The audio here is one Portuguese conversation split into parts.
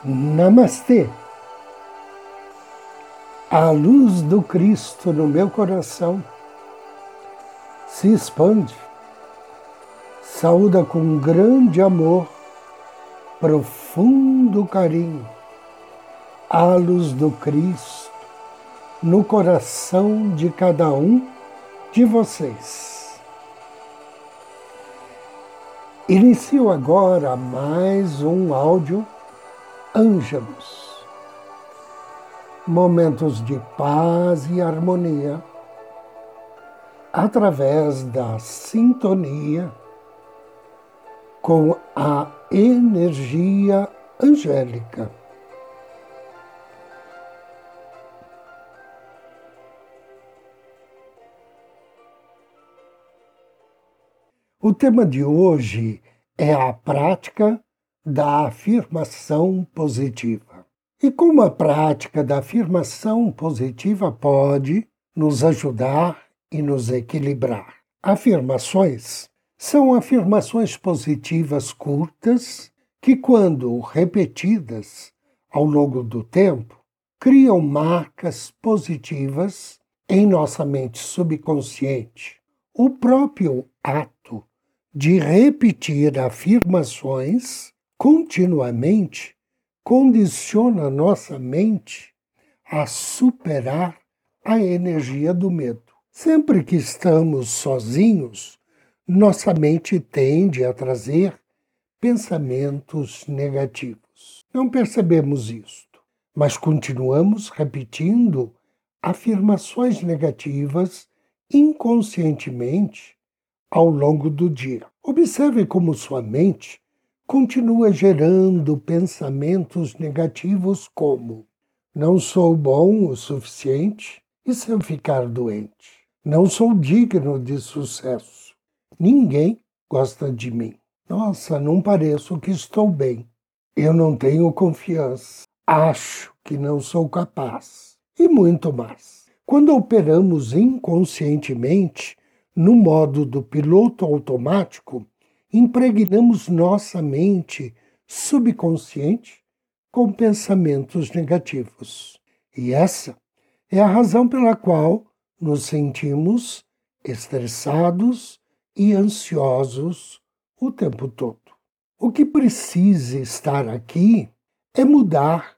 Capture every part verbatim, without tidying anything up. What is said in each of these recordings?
Namastê! A luz do Cristo no meu coração se expande, saúda com grande amor, profundo carinho, a luz do Cristo no coração de cada um de vocês. Inicio agora mais um áudio Ângelos, momentos de paz e harmonia, através da sintonia com a energia angélica. O tema de hoje é a prática da afirmação positiva. E como a prática da afirmação positiva pode nos ajudar e nos equilibrar? Afirmações são afirmações positivas curtas que, quando repetidas ao longo do tempo, criam marcas positivas em nossa mente subconsciente. O próprio ato de repetir afirmações continuamente condiciona nossa mente a superar a energia do medo. Sempre que estamos sozinhos, nossa mente tende a trazer pensamentos negativos. Não percebemos isto, mas continuamos repetindo afirmações negativas inconscientemente ao longo do dia. Observe como sua mente continua gerando pensamentos negativos como: não sou bom o suficiente, e se eu ficar doente? Não sou digno de sucesso. Ninguém gosta de mim. Nossa, não pareço que estou bem. Eu não tenho confiança. Acho que não sou capaz. E muito mais. Quando operamos inconscientemente, no modo do piloto automático, impregnamos nossa mente subconsciente com pensamentos negativos. E essa é a razão pela qual nos sentimos estressados e ansiosos o tempo todo. O que precisa estar aqui é mudar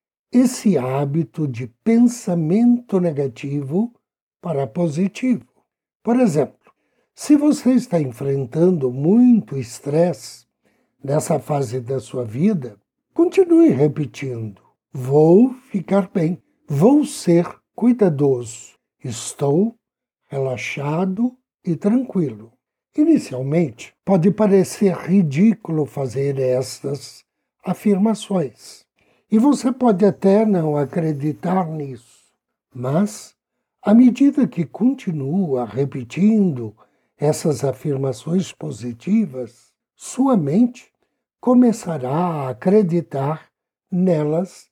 esse hábito de pensamento negativo para positivo. Por exemplo, se você está enfrentando muito estresse nessa fase da sua vida, continue repetindo: vou ficar bem, vou ser cuidadoso, estou relaxado e tranquilo. Inicialmente, pode parecer ridículo fazer estas afirmações, e você pode até não acreditar nisso, mas à medida que continua repetindo essas afirmações positivas, sua mente começará a acreditar nelas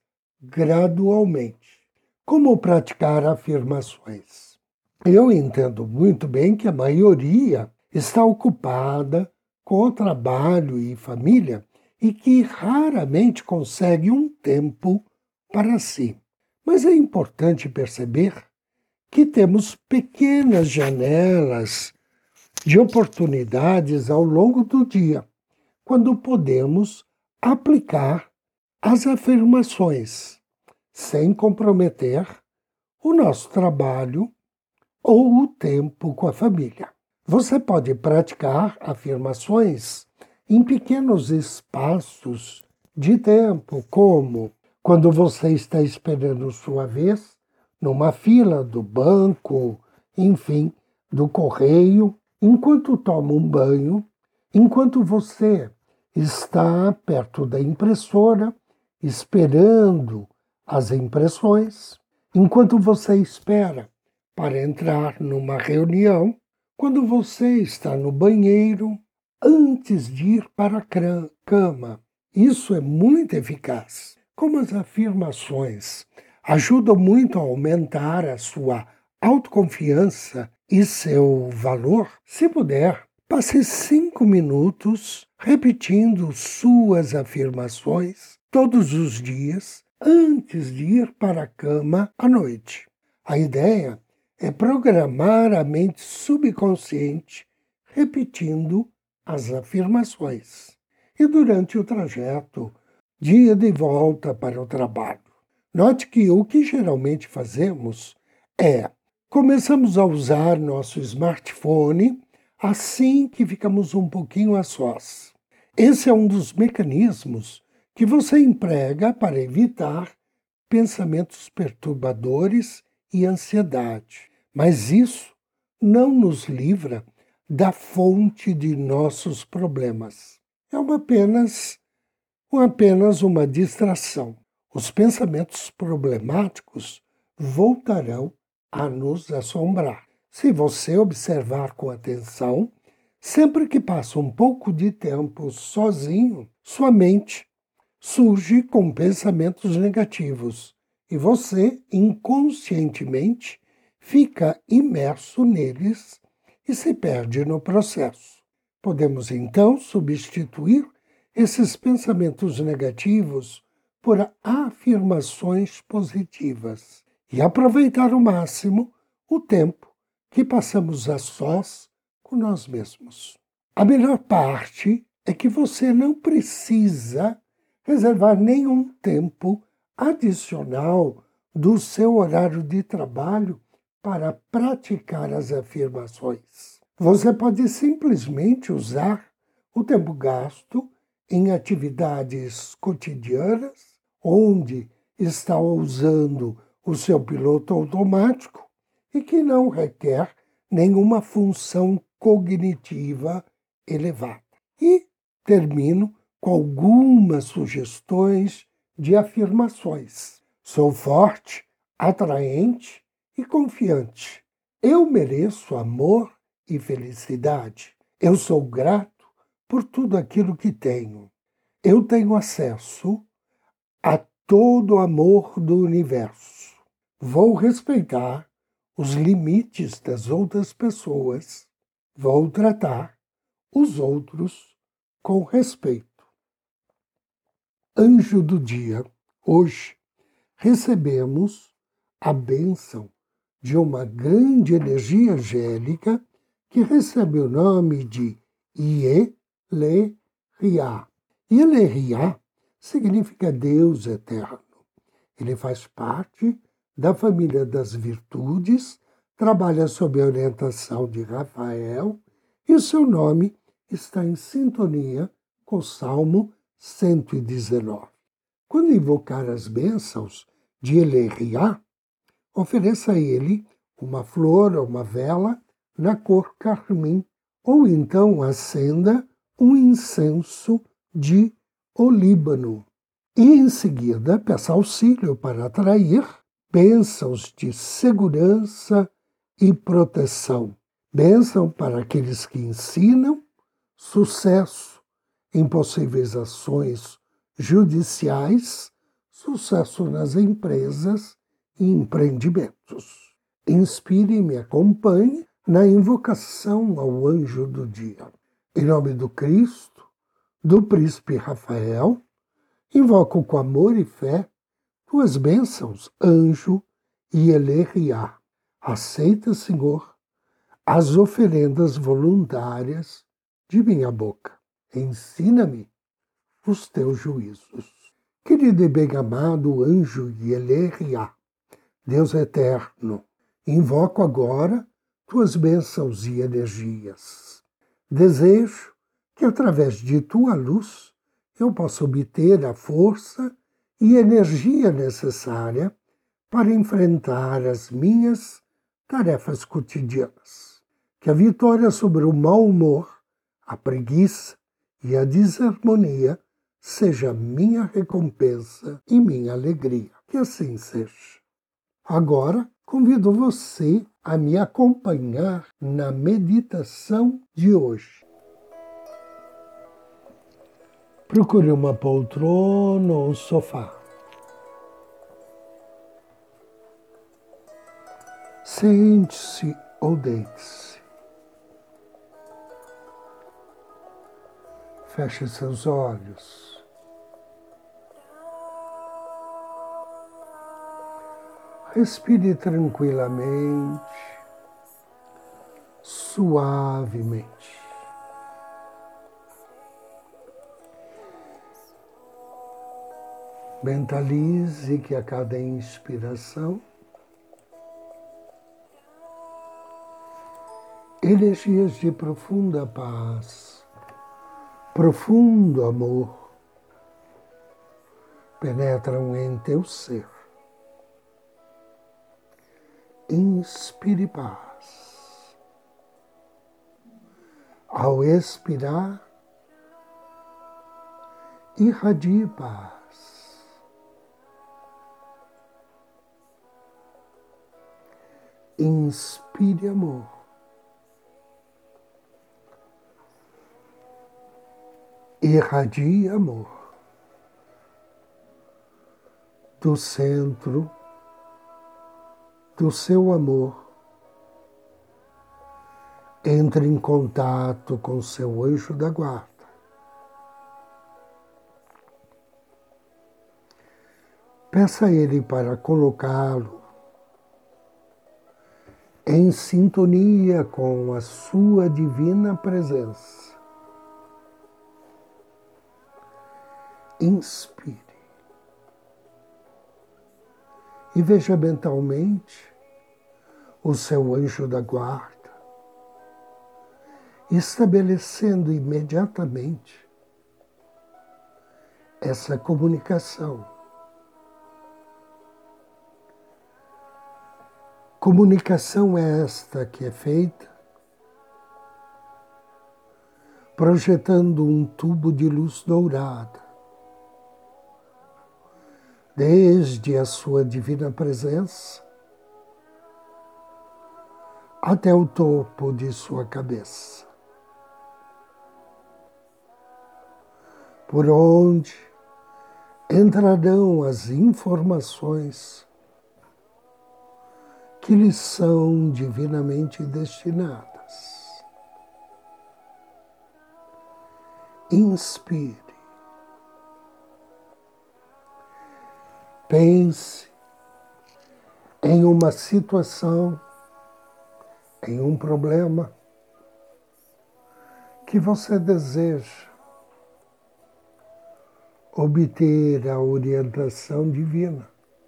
gradualmente. Como praticar afirmações? Eu entendo muito bem que a maioria está ocupada com o trabalho e família e que raramente consegue um tempo para si. Mas é importante perceber que temos pequenas janelas de oportunidades ao longo do dia, quando podemos aplicar as afirmações, sem comprometer o nosso trabalho ou o tempo com a família. Você pode praticar afirmações em pequenos espaços de tempo, como quando você está esperando sua vez, numa fila do banco, enfim, do correio, enquanto toma um banho, enquanto você está perto da impressora, esperando as impressões, enquanto você espera para entrar numa reunião, quando você está no banheiro, antes de ir para a cama. Isso é muito eficaz. Como as afirmações ajudam muito a aumentar a sua autoconfiança e seu valor, se puder, passe cinco minutos repetindo suas afirmações todos os dias, antes de ir para a cama à noite. A ideia é programar a mente subconsciente repetindo as afirmações. E durante o trajeto, dia de volta para o trabalho. Note que o que geralmente fazemos é começamos a usar nosso smartphone assim que ficamos um pouquinho a sós. Esse é um dos mecanismos que você emprega para evitar pensamentos perturbadores e ansiedade. Mas isso não nos livra da fonte de nossos problemas. É uma apenas, apenas uma distração. Os pensamentos problemáticos voltarão a nos assombrar. Se você observar com atenção, sempre que passa um pouco de tempo sozinho, sua mente surge com pensamentos negativos e você, inconscientemente, fica imerso neles e se perde no processo. Podemos, então, substituir esses pensamentos negativos por afirmações positivas e aproveitar ao máximo o tempo que passamos a sós com nós mesmos. A melhor parte é que você não precisa reservar nenhum tempo adicional do seu horário de trabalho para praticar as afirmações. Você pode simplesmente usar o tempo gasto em atividades cotidianas, onde está usando o seu piloto automático e que não requer nenhuma função cognitiva elevada. E termino com algumas sugestões de afirmações. Sou forte, atraente e confiante. Eu mereço amor e felicidade. Eu sou grato por tudo aquilo que tenho. Eu tenho acesso a todo o amor do universo. Vou respeitar os limites das outras pessoas. Vou tratar os outros com respeito. Anjo do dia. Hoje recebemos a bênção de uma grande energia angélica que recebe o nome de Iê-Le-Riá. Iê-Le-Riá significa Deus eterno. Ele faz parte da família das virtudes, trabalha sob a orientação de Rafael e o seu nome está em sintonia com o Salmo cento e dezenove. Quando invocar as bênçãos de Iê-Le-Riá, ofereça a ele uma flor ou uma vela na cor carmim, ou então acenda um incenso de olíbano. E em seguida peça auxílio para atrair bênçãos de segurança e proteção. Bênção para aqueles que ensinam, sucesso em possíveis ações judiciais, sucesso nas empresas e empreendimentos. Inspire e me acompanhe na invocação ao anjo do dia. Em nome do Cristo, do príncipe Rafael, invoco com amor e fé tuas bênçãos, anjo Iê-Le-Riá. Aceita, Senhor, as oferendas voluntárias de minha boca. Ensina-me os teus juízos. Querido e bem-amado anjo Iê-Le-Riá, Deus eterno, invoco agora tuas bênçãos e energias. Desejo que, através de tua luz, eu possa obter a força e energia necessária para enfrentar as minhas tarefas cotidianas. Que a vitória sobre o mau humor, a preguiça e a desarmonia seja minha recompensa e minha alegria. Que assim seja. Agora, convido você a me acompanhar na meditação de hoje. Procure uma poltrona ou um sofá. Sente-se ou deite-se. Feche seus olhos. Respire tranquilamente, suavemente. Mentalize que a cada inspiração, energias de profunda paz, profundo amor, penetram em teu ser. Inspire paz. Ao expirar, irradie paz. Inspire amor. Irradie amor. Do centro do seu amor, entre em contato com seu anjo da guarda. Peça a ele para colocá-lo em sintonia com a sua divina presença. Inspire. E veja mentalmente o seu anjo da guarda, estabelecendo imediatamente essa comunicação. Comunicação é esta que é feita projetando um tubo de luz dourada, desde a sua divina presença até o topo de sua cabeça, por onde entrarão as informações que lhes são divinamente destinadas. Inspire. Pense em uma situação, em um problema que você deseja obter a orientação divina.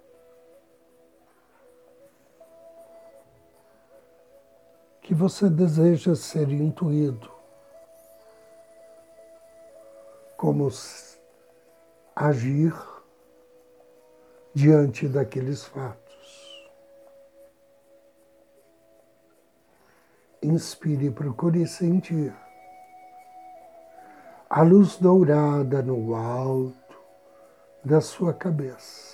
Que você deseja ser intuído, como agir diante daqueles fatos. Inspire e procure sentir a luz dourada no alto da sua cabeça.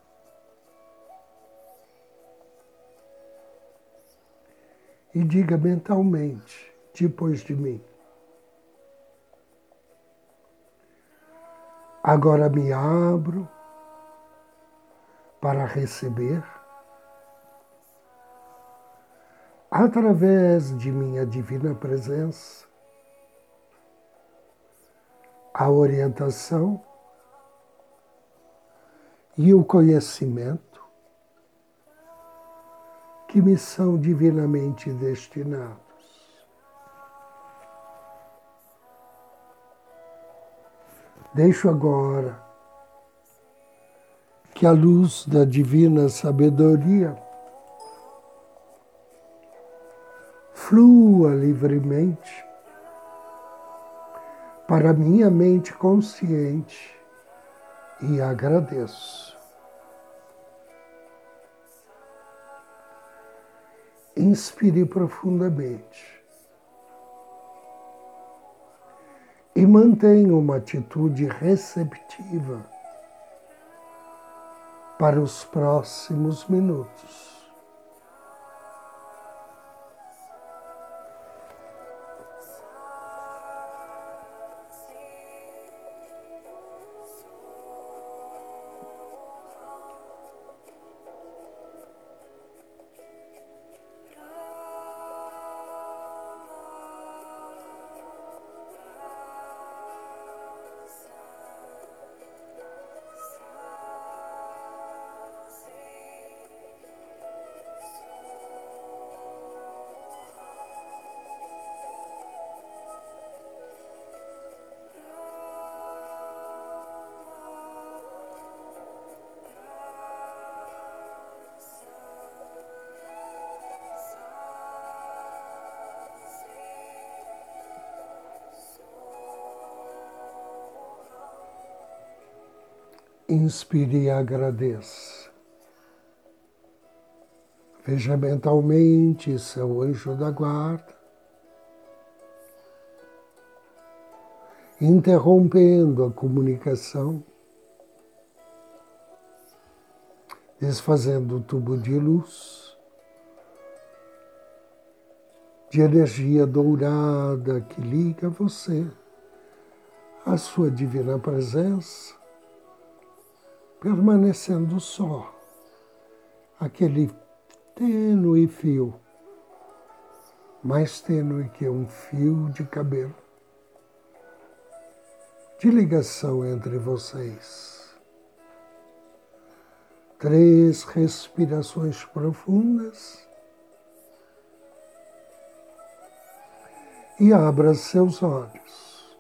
E diga mentalmente, depois de mim: agora me abro para receber, através de minha divina presença, a orientação e o conhecimento que me são divinamente destinados. Deixo agora que a luz da divina sabedoria flua livremente para minha mente consciente e agradeço. Inspire profundamente e mantenha uma atitude receptiva para os próximos minutos. Inspire e agradeça. Veja mentalmente seu anjo da guarda, interrompendo a comunicação, desfazendo o tubo de luz, de energia dourada que liga você à sua divina presença, permanecendo só aquele tênue fio, mais tênue que um fio de cabelo, de ligação entre vocês. Três respirações profundas e abra seus olhos.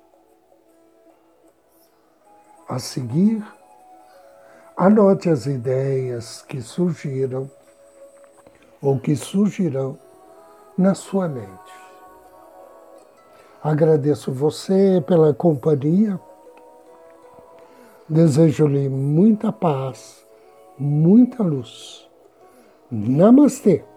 A seguir, anote as ideias que surgiram ou que surgirão na sua mente. Agradeço você pela companhia, desejo-lhe muita paz, muita luz. Namastê!